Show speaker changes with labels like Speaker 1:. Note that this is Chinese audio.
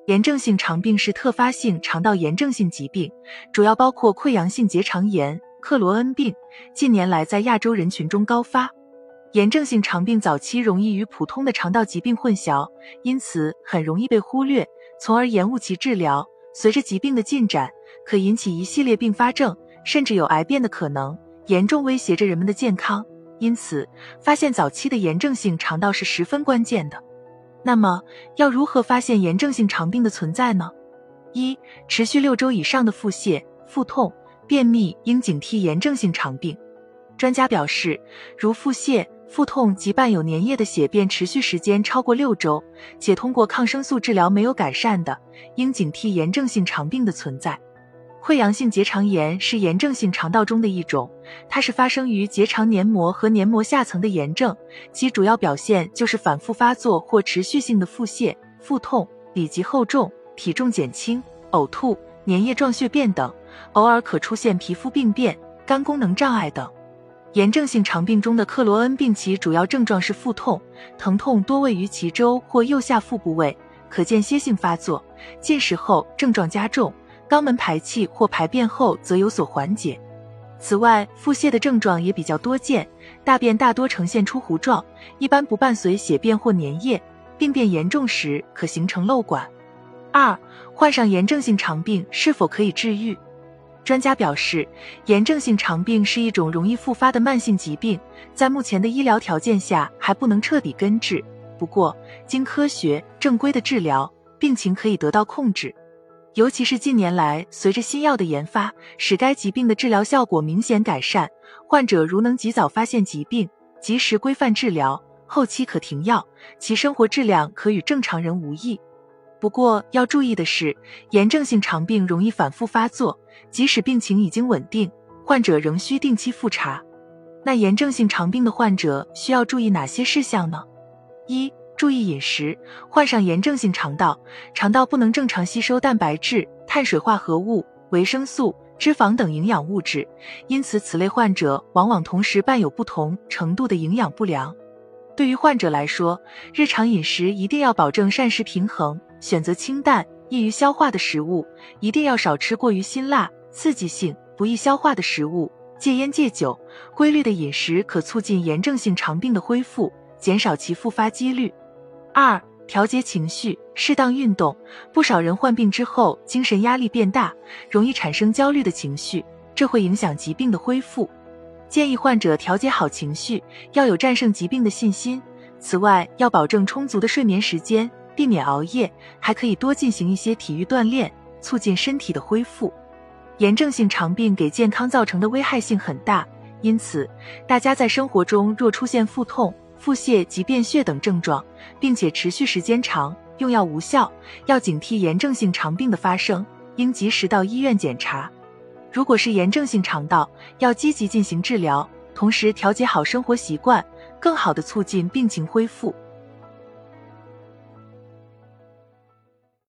Speaker 1: 炎症性肠病是特发性肠道炎症性疾病，主要包括溃疡性结肠炎、克罗恩病，近年来在亚洲人群中高发。炎症性肠病早期容易与普通的肠道疾病混淆，因此很容易被忽略，从而延误其治疗。随着疾病的进展，可引起一系列并发症，甚至有癌变的可能，严重威胁着人们的健康。因此，发现早期的炎症性肠道是十分关键的。那么，要如何发现炎症性肠病的存在呢？一、持续6周以上的腹泻、腹痛、便秘应警惕炎症性肠病。专家表示，如腹泻、腹痛及伴有粘液的血便持续时间超过6周，且通过抗生素治疗没有改善的，应警惕炎症性肠病的存在。溃疡性结肠炎是炎症性肠道中的一种，它是发生于结肠黏膜和黏膜下层的炎症，其主要表现就是反复发作或持续性的腹泻、腹痛、里脊厚重、体重减轻、呕吐、粘液状血便等，偶尔可出现皮肤病变、肝功能障碍等。炎症性肠病中的克罗恩病其主要症状是腹痛，疼痛多位于脐周或右下腹部位，可间歇性发作，进食后症状加重，肛门排气或排便后则有所缓解。此外，腹泻的症状也比较多见，大便大多呈现出糊状，一般不伴随血便或粘液，病变严重时可形成瘘管。二、患上炎症性肠病是否可以治愈？专家表示，炎症性肠病是一种容易复发的慢性疾病，在目前的医疗条件下还不能彻底根治。不过，经科学正规的治疗，病情可以得到控制。尤其是近年来，随着新药的研发，使该疾病的治疗效果明显改善。患者如能及早发现疾病，及时规范治疗，后期可停药，其生活质量可与正常人无异。不过要注意的是，炎症性肠病容易反复发作，即使病情已经稳定，患者仍需定期复查。那炎症性肠病的患者需要注意哪些事项呢？一、注意饮食。患上炎症性肠道，肠道不能正常吸收蛋白质、碳水化合物、维生素、脂肪等营养物质，因此此类患者往往同时伴有不同程度的营养不良。对于患者来说，日常饮食一定要保证膳食平衡，选择清淡、易于消化的食物，一定要少吃过于辛辣、刺激性、不易消化的食物，戒烟戒酒。规律的饮食可促进炎症性肠病的恢复，减少其复发几率。二、调节情绪，适当运动。不少人患病之后，精神压力变大，容易产生焦虑的情绪，这会影响疾病的恢复。建议患者调节好情绪，要有战胜疾病的信心。此外，要保证充足的睡眠时间，避免熬夜，还可以多进行一些体育锻炼，促进身体的恢复。炎症性肠病给健康造成的危害性很大，因此大家在生活中若出现腹痛、腹泻及便血等症状，并且持续时间长，用药无效，要警惕炎症性肠病的发生，应及时到医院检查。如果是炎症性肠道，要积极进行治疗，同时调节好生活习惯，更好地促进病情恢复。